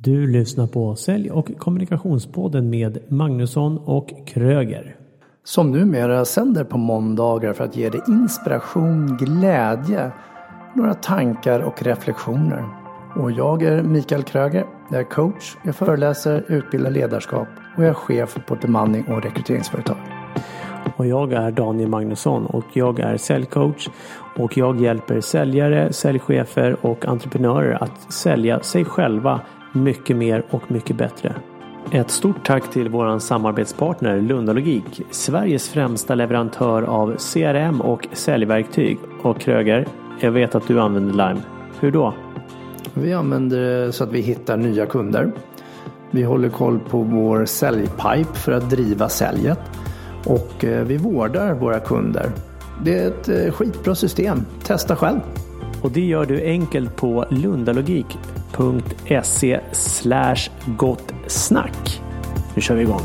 Du lyssnar på Sälj- och kommunikationspodden med Magnusson och Kröger. Som numera sänder på måndagar för att ge dig inspiration, glädje, några tankar och reflektioner. Och jag är Mikael Kröger, jag är coach, jag föreläser, utbildar ledarskap och jag är chef på ett bemanning- och rekryteringsföretag. Och jag är Daniel Magnusson och jag är säljcoach och jag hjälper säljare, säljchefer och entreprenörer att sälja sig själva mycket mer och mycket bättre. Ett stort tack till våran samarbetspartner Lundalogik, Sveriges främsta leverantör av CRM och säljverktyg. Och Kröger, jag vet att du använder Lime. Hur då? Vi använder det så att vi hittar nya kunder. Vi håller koll på vår säljpipe för att driva säljet. Och vi vårdar våra kunder. Det är ett skitbra system. Testa själv. Och det gör du enkelt på lundalogik.se/gottsnack. Nu kör vi igång.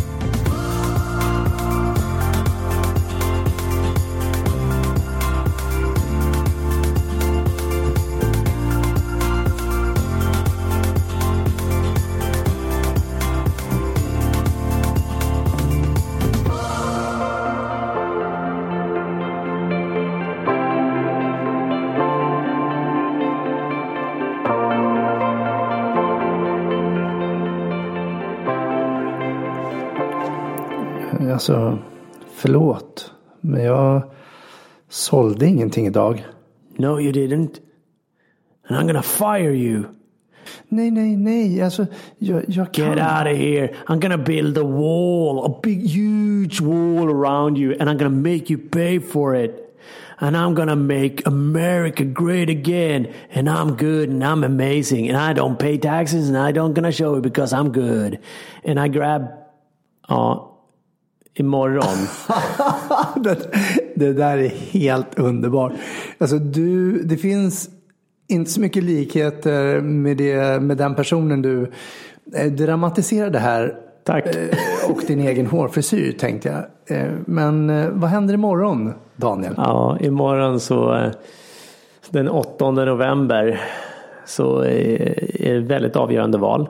Alltså, förlåt. Men jag sålde ingenting idag. No, you didn't. And I'm gonna fire you. Nej. Alltså, jag kan... Get out of here. I'm gonna build a wall. A big, huge wall around you. And I'm gonna make you pay for it. And I'm gonna make America great again. And I'm good and I'm amazing. And I don't pay taxes and I don't gonna show it because I'm good. And I grab... Ja... Imorgon. Det där är helt underbart. Alltså det finns inte så mycket likheter med den personen du dramatiserar det här. Tack. Och din egen hårfrisyr tänkte jag. Men vad händer imorgon, Daniel? Ja, imorgon så den 8 november så är det väldigt avgörande val.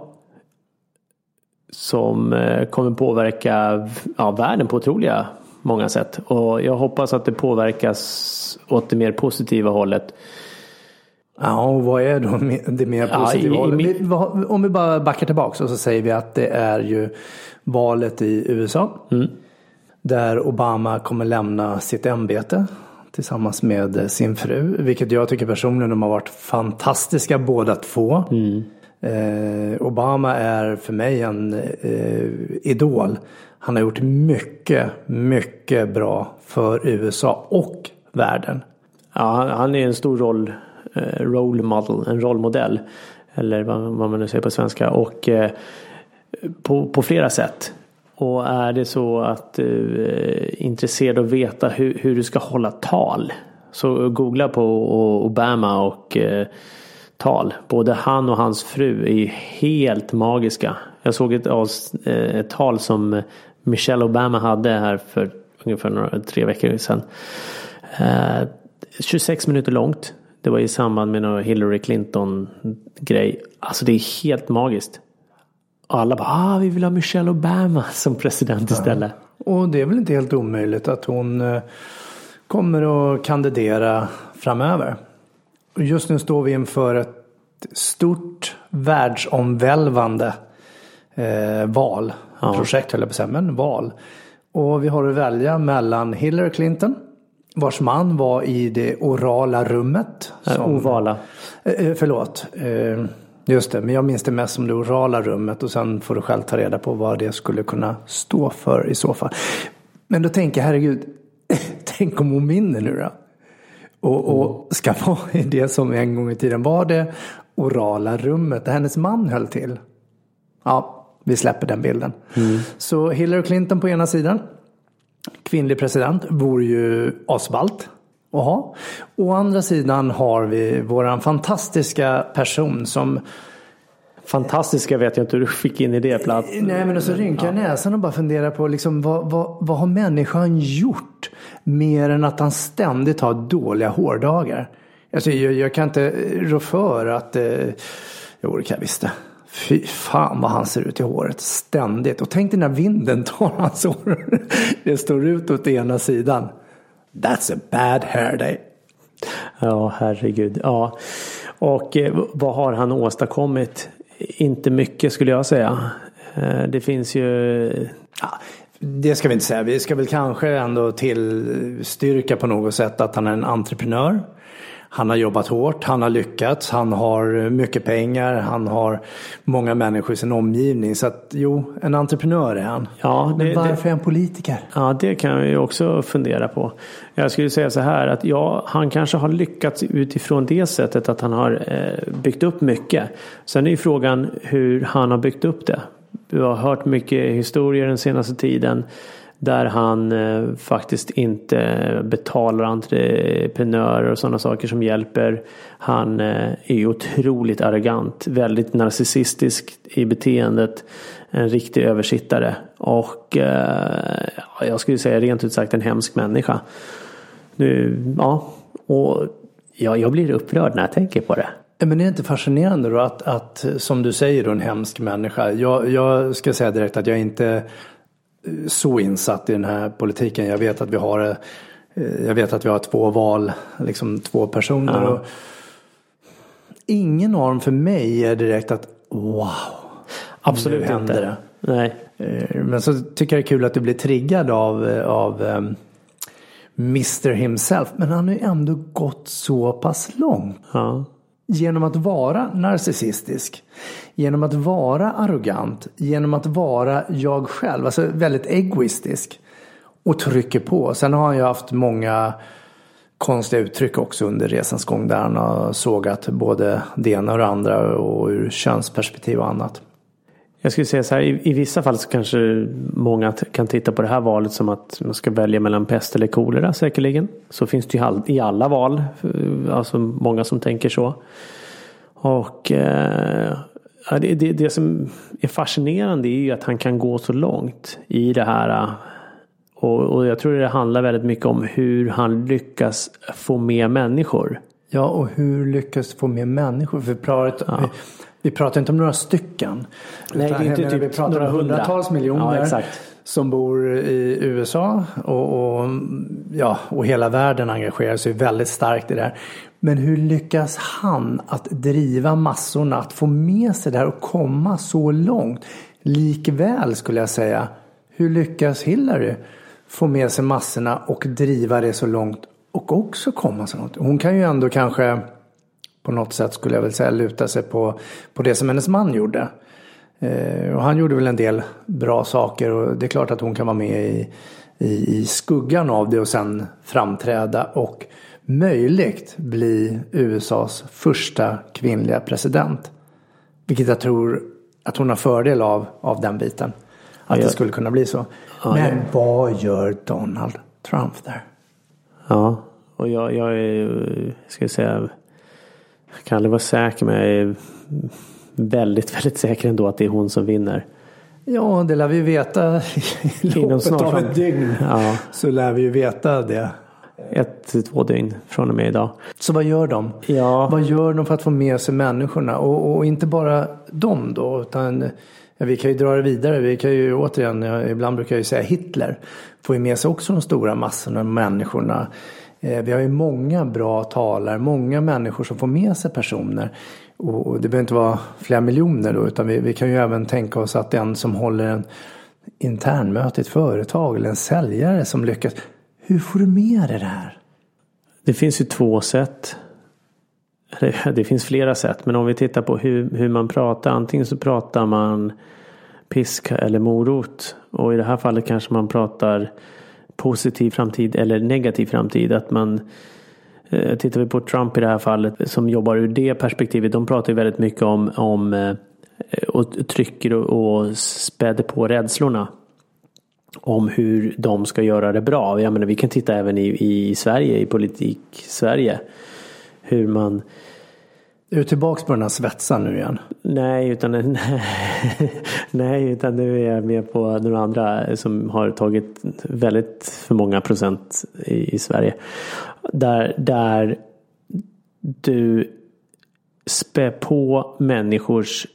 Som kommer påverka världen på otroliga många sätt. Och jag hoppas att det påverkas åt det mer positiva hållet. Ja, och vad är då det mer positiva hållet? Om vi bara backar tillbaka och så säger vi att det är ju valet i USA. Mm. Där Obama kommer lämna sitt ämbete tillsammans med sin fru. Vilket jag tycker personligen de har varit fantastiska båda två. Mm. Obama är för mig en idol. Han har gjort mycket bra för USA och världen. Ja, han är en stor role model, en rollmodell. Eller vad man nu säger på svenska. Och på flera sätt. Och är det så att du är intresserad av att veta hur du ska hålla tal. Så googla på Obama och tal. Både han och hans fru är helt magiska. Jag såg ett tal som Michelle Obama hade här för ungefär 3 veckor sedan. 26 minuter långt. Det var i samband med någon Hillary Clinton-grej. Alltså det är helt magiskt. Och alla bara, vi vill ha Michelle Obama som president istället. Och det är väl inte helt omöjligt att hon kommer att kandidera framöver. Just nu står vi inför ett stort världsomvälvande valprojekt, höll jag på att säga, men val. Och vi har att välja mellan Hillary Clinton, vars man var i det orala rummet. Ovala. Just det, men jag minns det mest som det orala rummet och sen får du själv ta reda på vad det skulle kunna stå för i så fall. Men då tänker jag, herregud, tänk om hon vinner nu då? Och ska vara i det som en gång i tiden var det orala rummet där hennes man höll till. Ja, vi släpper den bilden. Mm. Så Hillary Clinton på ena sidan, kvinnlig president, vore ju asballt. Å andra sidan har vi våran fantastiska person som... Fantastiska vet jag inte hur du fick in i det plats. Nej, men så rynkar jag näsan och bara funderar på liksom, vad har människan gjort mer än att han ständigt har dåliga hårdagar? Alltså, jag kan inte rå för att... Jo, det kan jag visst det. Fy fan vad han ser ut i håret ständigt. Och tänk dig när vinden tar hans hår. Det står ut åt ena sidan. That's a bad hair day. Ja, herregud. Ja. Och vad har han åstadkommit? Inte mycket skulle jag säga. Det finns ju... Ja, det ska vi inte säga. Vi ska väl kanske ändå tillstyrka på något sätt att han är en entreprenör. Han har jobbat hårt, han har lyckats, han har mycket pengar, han har många människor i sin omgivning. Så att en entreprenör är han. Ja, men varför är han politiker? Ja, det kan jag ju också fundera på. Jag skulle säga så här att han kanske har lyckats utifrån det sättet att han har byggt upp mycket. Sen är ju frågan hur han har byggt upp det. Vi har hört mycket historier den senaste tiden där han faktiskt inte betalar entreprenörer och sådana saker som hjälper. Han är ju otroligt arrogant, väldigt narcissistisk i beteendet, en riktig översittare och jag skulle säga rent ut sagt en hemsk människa. Jag blir upprörd när jag tänker på det. Men är det inte fascinerande då att som du säger då, en hemsk människa. Jag ska säga direkt att jag inte så insatt i den här politiken. Jag vet att vi har 2 val, liksom 2 personer. Ja. Och ingen av dem för mig är direkt att wow, absolut inte det. Nej. Men så tycker jag det är kul att du blir triggad av Mr. himself. Men han har ju ändå gått så pass långt. Ja. Genom att vara narcissistisk, genom att vara arrogant, genom att vara jag själv, alltså väldigt egoistisk och trycker på. Sen har han ju haft många konstiga uttryck också under resans gång där han har sågat både det ena och det andra och ur könsperspektiv och annat. Jag skulle säga så här, i vissa fall så kanske många kan titta på det här valet som att man ska välja mellan pest eller kolera säkerligen. Så finns det ju i alla val, alltså många som tänker så. Och det som är fascinerande är ju att han kan gå så långt i det här. Och jag tror det handlar väldigt mycket om hur han lyckas få med människor. Ja, och hur lyckas få med människor? Vi pratar inte om några stycken. Nej, det är inte typ vi pratar om hundratals miljoner som bor i USA och hela världen engagerar sig väldigt starkt i det här. Men hur lyckas han att driva massorna, att få med sig det här och komma så långt? Likväl skulle jag säga, hur lyckas Hillary få med sig massorna och driva det så långt och också komma så långt? Hon kan ju ändå kanske på något sätt skulle jag väl säga luta sig på det som hennes man gjorde. Och han gjorde väl en del bra saker och det är klart att hon kan vara med i skuggan av det och sen framträda och möjligt bli USAs första kvinnliga president. Vilket jag tror att hon har fördel av den biten. Att det skulle kunna bli så. Men vad gör Donald Trump där? Ja, och jag är, ska jag säga, jag kan aldrig vara säker, men jag är väldigt, väldigt säker ändå att det är hon som vinner. Ja, det lär vi veta inom snart av ett dygn. Ja. Så lär vi ju veta det. 1-2 dygn från och med idag. Så vad gör de? Ja. Vad gör de för att få med sig människorna? Och inte bara de då, utan vi kan ju dra det vidare. Vi kan ju återigen, ibland brukar jag ju säga Hitler, får ju med sig också de stora massorna av människorna. Vi har ju många bra talare, många människor som får med sig personer. Och det behöver inte vara flera miljoner då, utan vi kan ju även tänka oss att den som håller en internmöte i ett företag eller en säljare som lyckas. Hur får du med det här? Det finns ju 2 sätt. Det finns flera sätt, men om vi tittar på hur man pratar. Antingen så pratar man piska eller morot. Och i det här fallet kanske man pratar positiv framtid eller negativ framtid. Att man tittar vi på Trump i det här fallet som jobbar ur det perspektivet. De pratar ju väldigt mycket om och trycker och späder på rädslorna. Om hur de ska göra det bra. Jag menar, vi kan titta även i Sverige, i politik Sverige. Hur man... Är du tillbaka på den här svetsan nu igen? Nej, utan nu är jag med på några andra som har tagit väldigt för många procent i Sverige. Där du spär på människors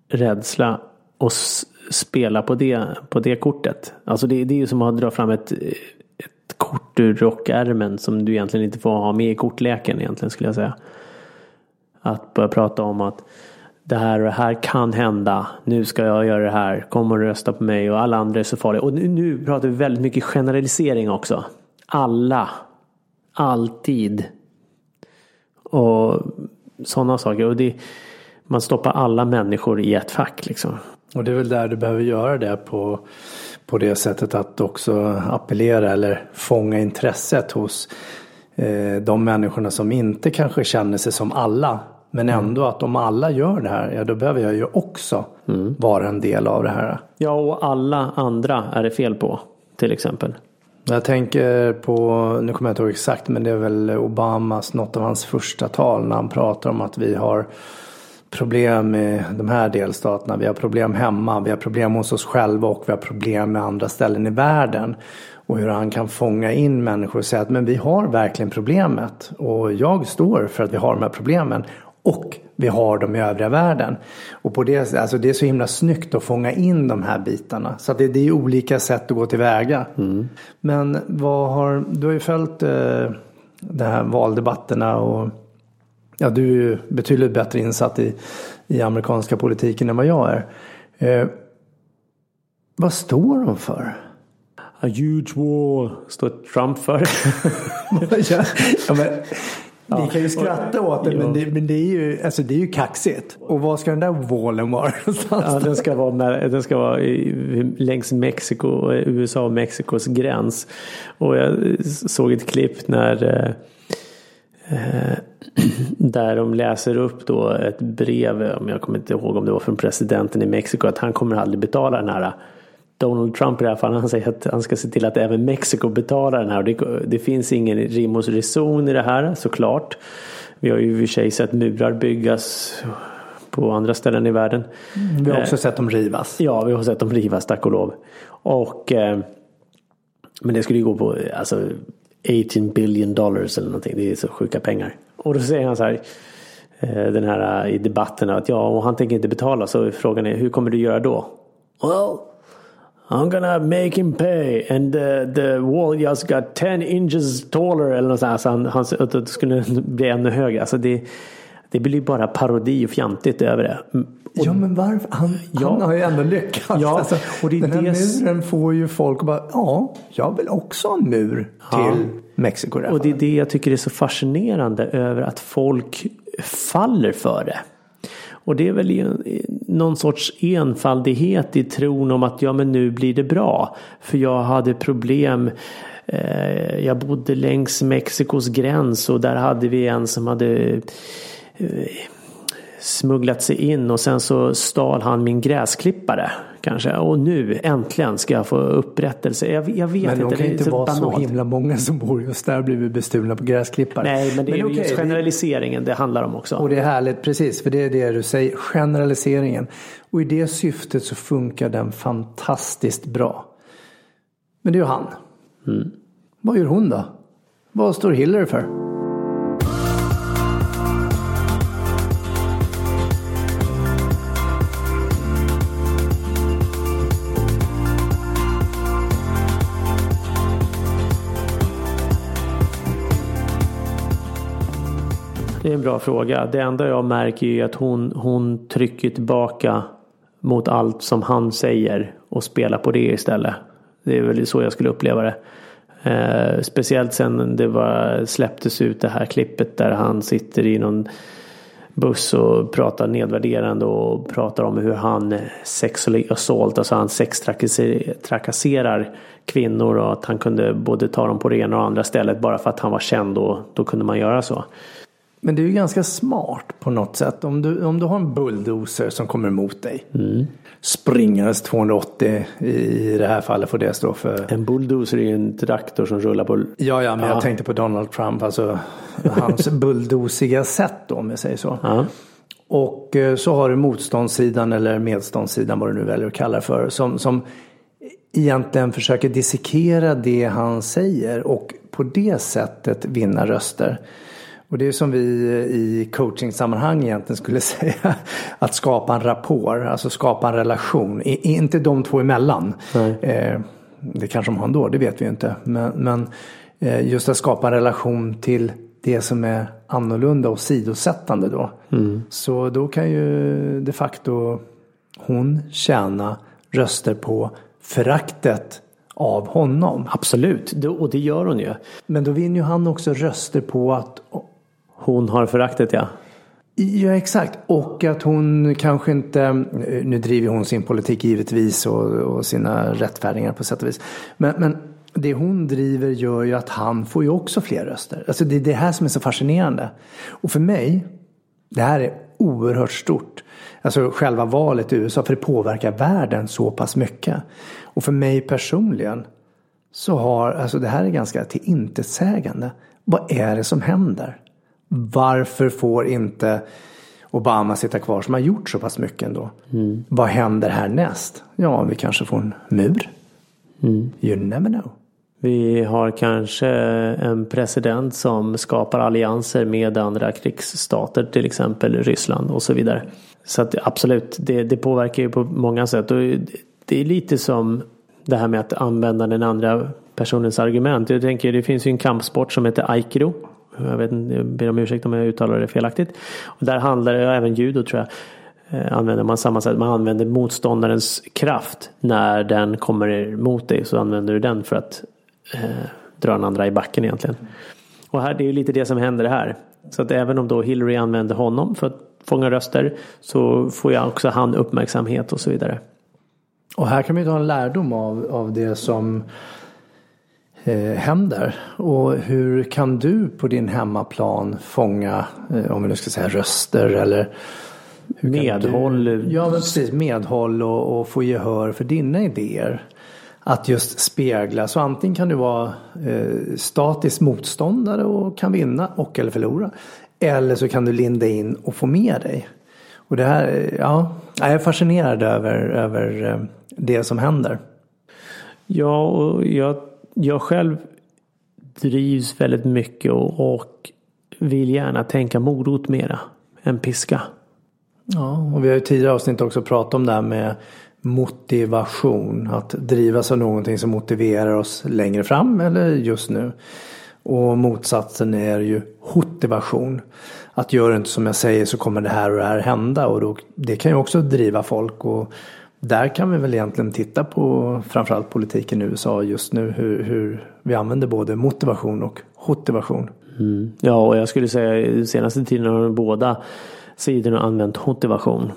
rädsla och spela på det kortet. Alltså det är ju som att dra fram ett kort ur rockärmen som du egentligen inte får ha med i kortleken egentligen, skulle jag säga. Att börja prata om att det här och det här kan hända. Nu ska jag göra det här. Kom och rösta på mig och alla andra är så farliga. Och nu pratar vi väldigt mycket generalisering också. Alla. Alltid. Och sådana saker. Och man stoppar alla människor i ett fack liksom. Och det är väl där du behöver göra det på det sättet att också appellera eller fånga intresset hos de människorna som inte kanske känner sig som alla. Men ändå att om alla gör det här, ja då behöver jag ju också vara en del av det här. Ja, och alla andra är det fel på, till exempel. Jag tänker på, nu kommer jag inte ihåg exakt, men det är väl något av hans första tal när han pratar om att vi har problem med de här delstaterna. Vi har problem hemma, vi har problem hos oss själva och vi har problem med andra ställen i världen. Och hur han kan fånga in människor och säga att men vi har verkligen problemet. Och jag står för att vi har de här problemen. Och vi har dem i övriga världen. Och på det, alltså det är så himla snyggt att fånga in de här bitarna. Så att det är olika sätt att gå tillväga. Men du har ju följt de här valdebatterna och ja, du är ju betydligt bättre insatt i amerikanska politiken än vad jag är. Vad står de för? A huge war står Trump för. Ja, men vi kan ju skratta åt det, men det är ju kaxigt. Och vad ska den där vålen vara? Ja, den ska vara längs Mexiko, USA och Mexikos gräns. Och jag såg ett klipp där de läser upp då ett brev, om jag kommer inte ihåg om det var från presidenten i Mexiko, att han kommer aldrig betala den här. Donald Trump i det här fallet, han säger att han ska se till att även Mexiko betalar den här. Och det finns ingen rim och reson i det här, såklart. Vi har ju i och för sig sett murar byggas på andra ställen i världen. Vi har också sett dem rivas. Ja, vi har sett dem rivas, tack och lov. Men det skulle ju gå på alltså $18 billion eller någonting. Det är så sjuka pengar. Och då säger han så här, den här i debatten, att och han tänker inte betala, så frågan är, hur kommer du göra då? Well, I'm gonna make him pay, and the wall just got 10 inches taller eller något sånt. Alltså han skulle bli ännu högre. Alltså det blir bara parodi och fjantigt över det. Ja, men varför? Han har ju ändå lyckats. Ja, alltså, och den här muren får ju folk bara, jag vill också ha en mur till Mexiko. Och det är det jag tycker är så fascinerande över att folk faller för det. Och det är väl någon sorts enfaldighet i tron om att men nu blir det bra. För jag hade problem. Jag bodde längs Mexikos gräns och där hade vi en som hade smugglat sig in och sen så stal han min gräsklippare kanske. Och nu äntligen ska jag få upprättelse. Jag vet men inte. Men det kan inte vara banalt. Så himla många som bor just där blivit bestulna på gräsklippare. Nej, men det är ju just generaliseringen det handlar om också. Och det är härligt, precis. För det är det du säger, generaliseringen. Och i det syftet så funkar den fantastiskt bra. Men det är ju han. Vad gör hon då? Vad står Hillary för? Det är en bra fråga. Det enda jag märker är att hon trycker tillbaka mot allt som han säger och spelar på det istället. Det är väl så jag skulle uppleva det. Speciellt sen det släpptes ut det här klippet där han sitter i någon buss och pratar nedvärderande och pratar om hur han sexually assault, alltså han sextrakasserar kvinnor och att han kunde både ta dem på det ena och andra stället bara för att han var känd och då kunde man göra så. Men det är ju ganska smart på något sätt. Om du har en bulldozer som kommer emot dig. Springandes 280 i det här fallet får det stå för. En bulldozer är ju en traktor som rullar på. Ja, men jag tänkte på Donald Trump. Alltså hans bulldosiga sätt då, om jag säger så. Ja. Och så har du motståndssidan eller medståndssidan, vad du nu väljer att kalla det för. Som egentligen försöker dissekera det han säger och på det sättet vinna röster. Och det är som vi i coaching-sammanhang egentligen skulle säga, att skapa en rapport, alltså skapa en relation. Inte de två emellan. Det kanske de har ändå, det vet vi ju inte. Men just att skapa en relation till det som är annorlunda och sidosättande då. Så då kan ju de facto hon tjäna röster på föraktet av honom. Absolut, och det gör hon ju. Men då vinner ju han också röster på att hon har föraktet, ja. Ja, exakt. Och att hon kanske inte, nu driver hon sin politik givetvis och sina rättfärdigar på sätt och vis. Men det hon driver gör ju att han får ju också fler röster. Alltså det är det här som är så fascinerande. Och för mig, det här är oerhört stort. Alltså själva valet i USA, för det påverkar världen så pass mycket. Och för mig personligen så har, alltså det här är ganska intetsägande. Vad är det som händer? Varför får inte Obama sitta kvar som har gjort så pass mycket ändå? Vad händer härnäst? Ja, vi kanske får en mur. You never know. Vi har kanske en president som skapar allianser med andra krigsstater, till exempel Ryssland och så vidare. Så att absolut, det påverkar ju på många sätt. Och det är lite som det här med att använda den andra personens argument. Jag tänker, det finns ju en kampsport som heter Aikido. Jag ber om ursäkt om jag uttalar det felaktigt. Och där handlar det, även judo tror jag, använder man samma sätt. Man använder motståndarens kraft. När den kommer mot dig så använder du den för att dra den andra i backen egentligen. Och här, det är ju lite det som händer här. Så att även om då Hillary använder honom för att fånga röster, så får jag också han uppmärksamhet och så vidare. Och här kan vi ta en lärdom av det som händer. Och hur kan du på din hemmaplan fånga, om vi nu ska säga röster eller medhåll. Ja, men precis, medhåll och få gehör för dina idéer. Att just spegla. Så antingen kan du vara statisk motståndare och kan vinna och eller förlora. Eller så kan du linda in och få med dig. Och det här, ja, jag är fascinerad över det som händer. Ja, och jag själv drivs väldigt mycket och vill gärna tänka morot mera än piska. Ja, och vi har ju tidigare avsnitt också pratat om det här med motivation. Att drivas av någonting som motiverar oss längre fram eller just nu. Och motsatsen är ju motivation. Att gör inte som jag säger så kommer det här och det här hända. Och då, det kan ju också driva folk. Och där kan vi väl egentligen titta på framförallt politiken i USA just nu. Hur vi använder både motivation och motivation. Ja, och jag skulle säga den senaste tiden har båda sidorna använt motivation.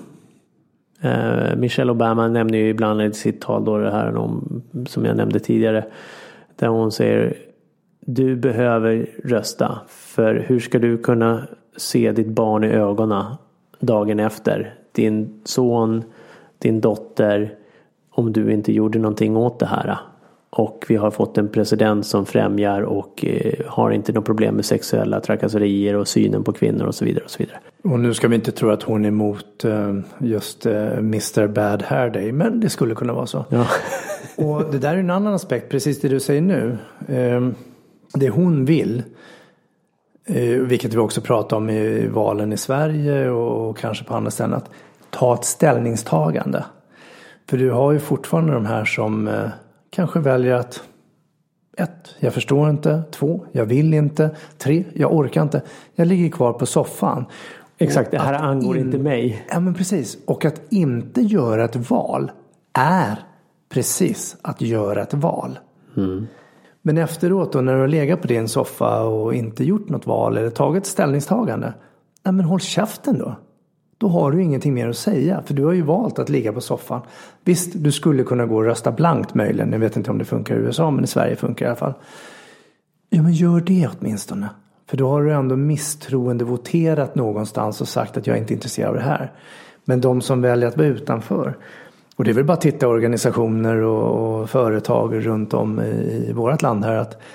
Michelle Obama nämner ju ibland i sitt tal då det här som jag nämnde tidigare. Där hon säger: du behöver rösta, för hur ska du kunna se ditt barn i ögonen dagen efter, din son, din dotter, om du inte gjorde någonting åt det här? Och vi har fått en president som främjar och har inte något problem med sexuella trakasserier och synen på kvinnor och så vidare och så vidare. Och nu ska vi inte tro att hon är emot just Mr. Bad Hair Day, men det skulle kunna vara så. Ja. Och det där är en annan aspekt, precis det du säger nu. Det hon vill, vilket vi också pratar om i valen i Sverige och kanske på andra ställen, att ta ett ställningstagande. För du har ju fortfarande de här som kanske väljer att 1. Jag förstår inte. 2. Jag vill inte. 3. Jag orkar inte. Jag ligger kvar på soffan. Exakt, det här angår inte mig. Ja, men precis. Och att inte göra ett val är precis att göra ett val. Men efteråt då, när du har legat på din soffa och inte gjort något val eller tagit ställningstagande, nej men håll käften då. Då har du ingenting mer att säga, för du har ju valt att ligga på soffan. Visst, du skulle kunna gå och rösta blankt möjligen. Jag vet inte om det funkar i USA, men i Sverige funkar i alla fall. Ja, men gör det åtminstone. För då har du ändå misstroende voterat någonstans och sagt att jag är inte intresserad av det här. Men de som väljer att vara utanför, och det är väl bara att titta organisationer och företag runt om i vårt land här, att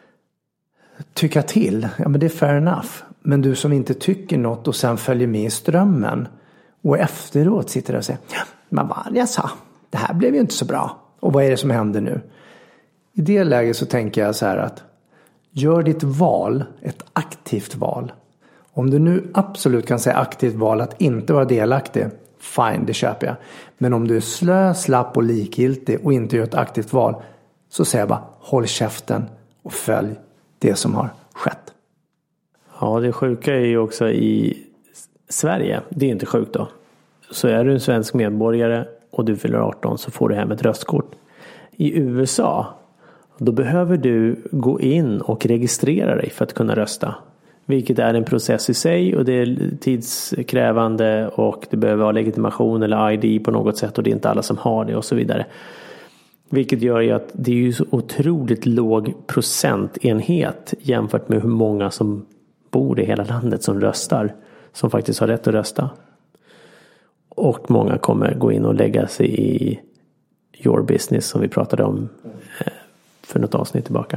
tycka till, ja men det är fair enough. Men du som inte tycker något och sen följer med i strömmen och efteråt sitter där och säger, ja, men vad jag sa, det här blev ju inte så bra. Och vad är det som händer nu? I det läget så tänker jag så här att gör ditt val, ett aktivt val. Om du nu absolut kan säga aktivt val att inte vara delaktig, fine, det köper jag. Men om du är slö, slapp och likgiltig och inte gör ett aktivt val, så säger jag bara håll käften och följ det som har skett. Ja, det sjuka är ju också i Sverige, det är inte sjukt då. Så är du en svensk medborgare och du fyller 18 så får du hem ett röstkort. I USA, då behöver du gå in och registrera dig för att kunna rösta. Vilket är en process i sig och det är tidskrävande och det behöver ha legitimation eller ID på något sätt och det är inte alla som har det och så vidare. Vilket gör ju att det är ju så otroligt låg procentenhet jämfört med hur många som bor i hela landet som röstar, som faktiskt har rätt att rösta. Och många kommer gå in och lägga sig i your business som vi pratade om för något avsnitt tillbaka.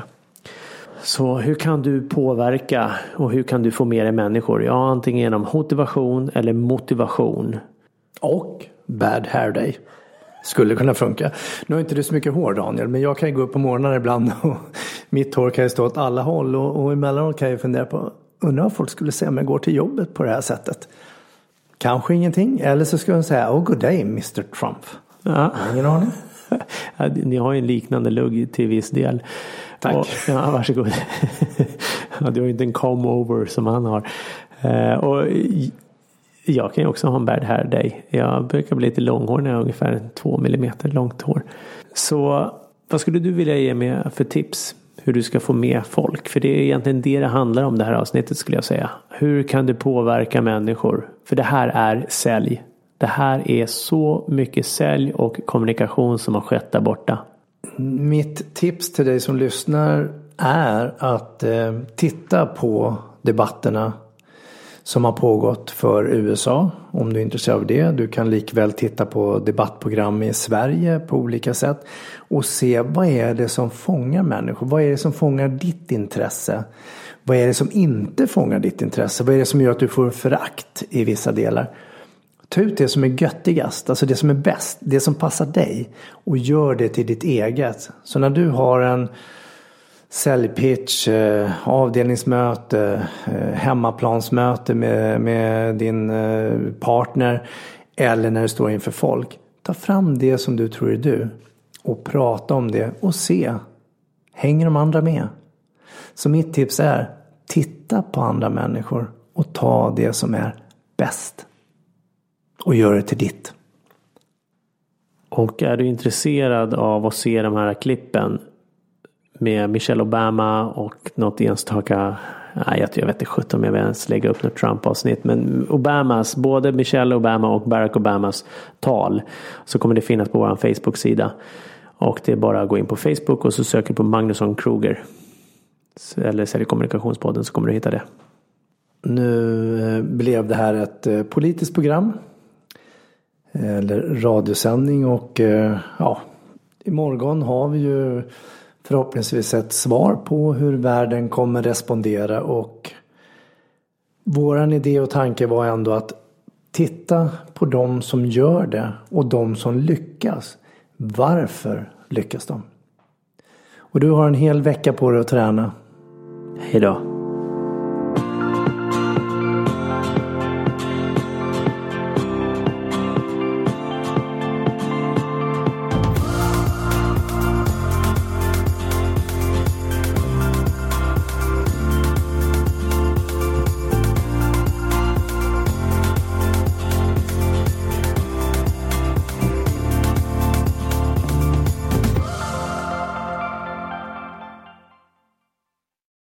Så hur kan du påverka och hur kan du få med dig människor? Ja, antingen genom motivation eller motivation. Och bad hair day. Skulle kunna funka. Nu har inte du så mycket hår, Daniel, men jag kan ju gå upp på morgonen ibland och mitt hår kan ju stå åt alla håll och emellanåt kan jag fundera på, undrar vad folk skulle säga om jag går till jobbet på det här sättet. Kanske ingenting, eller så skulle de säga, oh good day Mr. Trump. Ja. Ingen aning. Ni har ju en liknande lugg till viss del. Tack. Och, ja, varsågod. Ja, du har ju inte en comb over som han har. Och jag kan ju också ha en bad hair day. Jag brukar bli lite långhår när jag har ungefär 2 millimeter långt hår. Så vad skulle du vilja ge mig för tips? Hur du ska få med folk? För det är egentligen det handlar om det här avsnittet skulle jag säga. Hur kan du påverka människor? För det här är sälj. Det här är så mycket sälj och kommunikation som har skett där borta. Mitt tips till dig som lyssnar är att titta på debatterna som har pågått för USA, om du är intresserad av det. Du kan likväl titta på debattprogram i Sverige på olika sätt och se vad är det som fångar människor. Vad är det som fångar ditt intresse? Vad är det som inte fångar ditt intresse? Vad är det som gör att du får förakt i vissa delar? Ta ut det som är göttigast, alltså det som är bäst, det som passar dig och gör det till ditt eget. Så när du har en säljpitch, avdelningsmöte, hemmaplansmöte med din partner eller när du står inför folk, ta fram det som du tror är du och prata om det och se, hänger de andra med? Så mitt tips är, titta på andra människor och ta det som är bäst och gör det till ditt. Och är du intresserad av att se de här klippen med Michelle Obama och något enstaka, nej jag vet inte 17 om jag vill ens lägga upp något Trump-avsnitt, men Obamas, både Michelle Obama och Barack Obamas tal, så kommer det finnas på vår Facebook-sida. Och det är bara att gå in på Facebook och så söker på Magnusson Kruger eller Sälj kommunikationspodden, så kommer du hitta det. Nu blev det här ett politiskt program eller radiosändning och ja, imorgon har vi ju förhoppningsvis ett svar på hur världen kommer respondera, och våran idé och tanke var ändå att titta på de som gör det och de som lyckas. Varför lyckas de? Och du har en hel vecka på dig att träna. Hej då.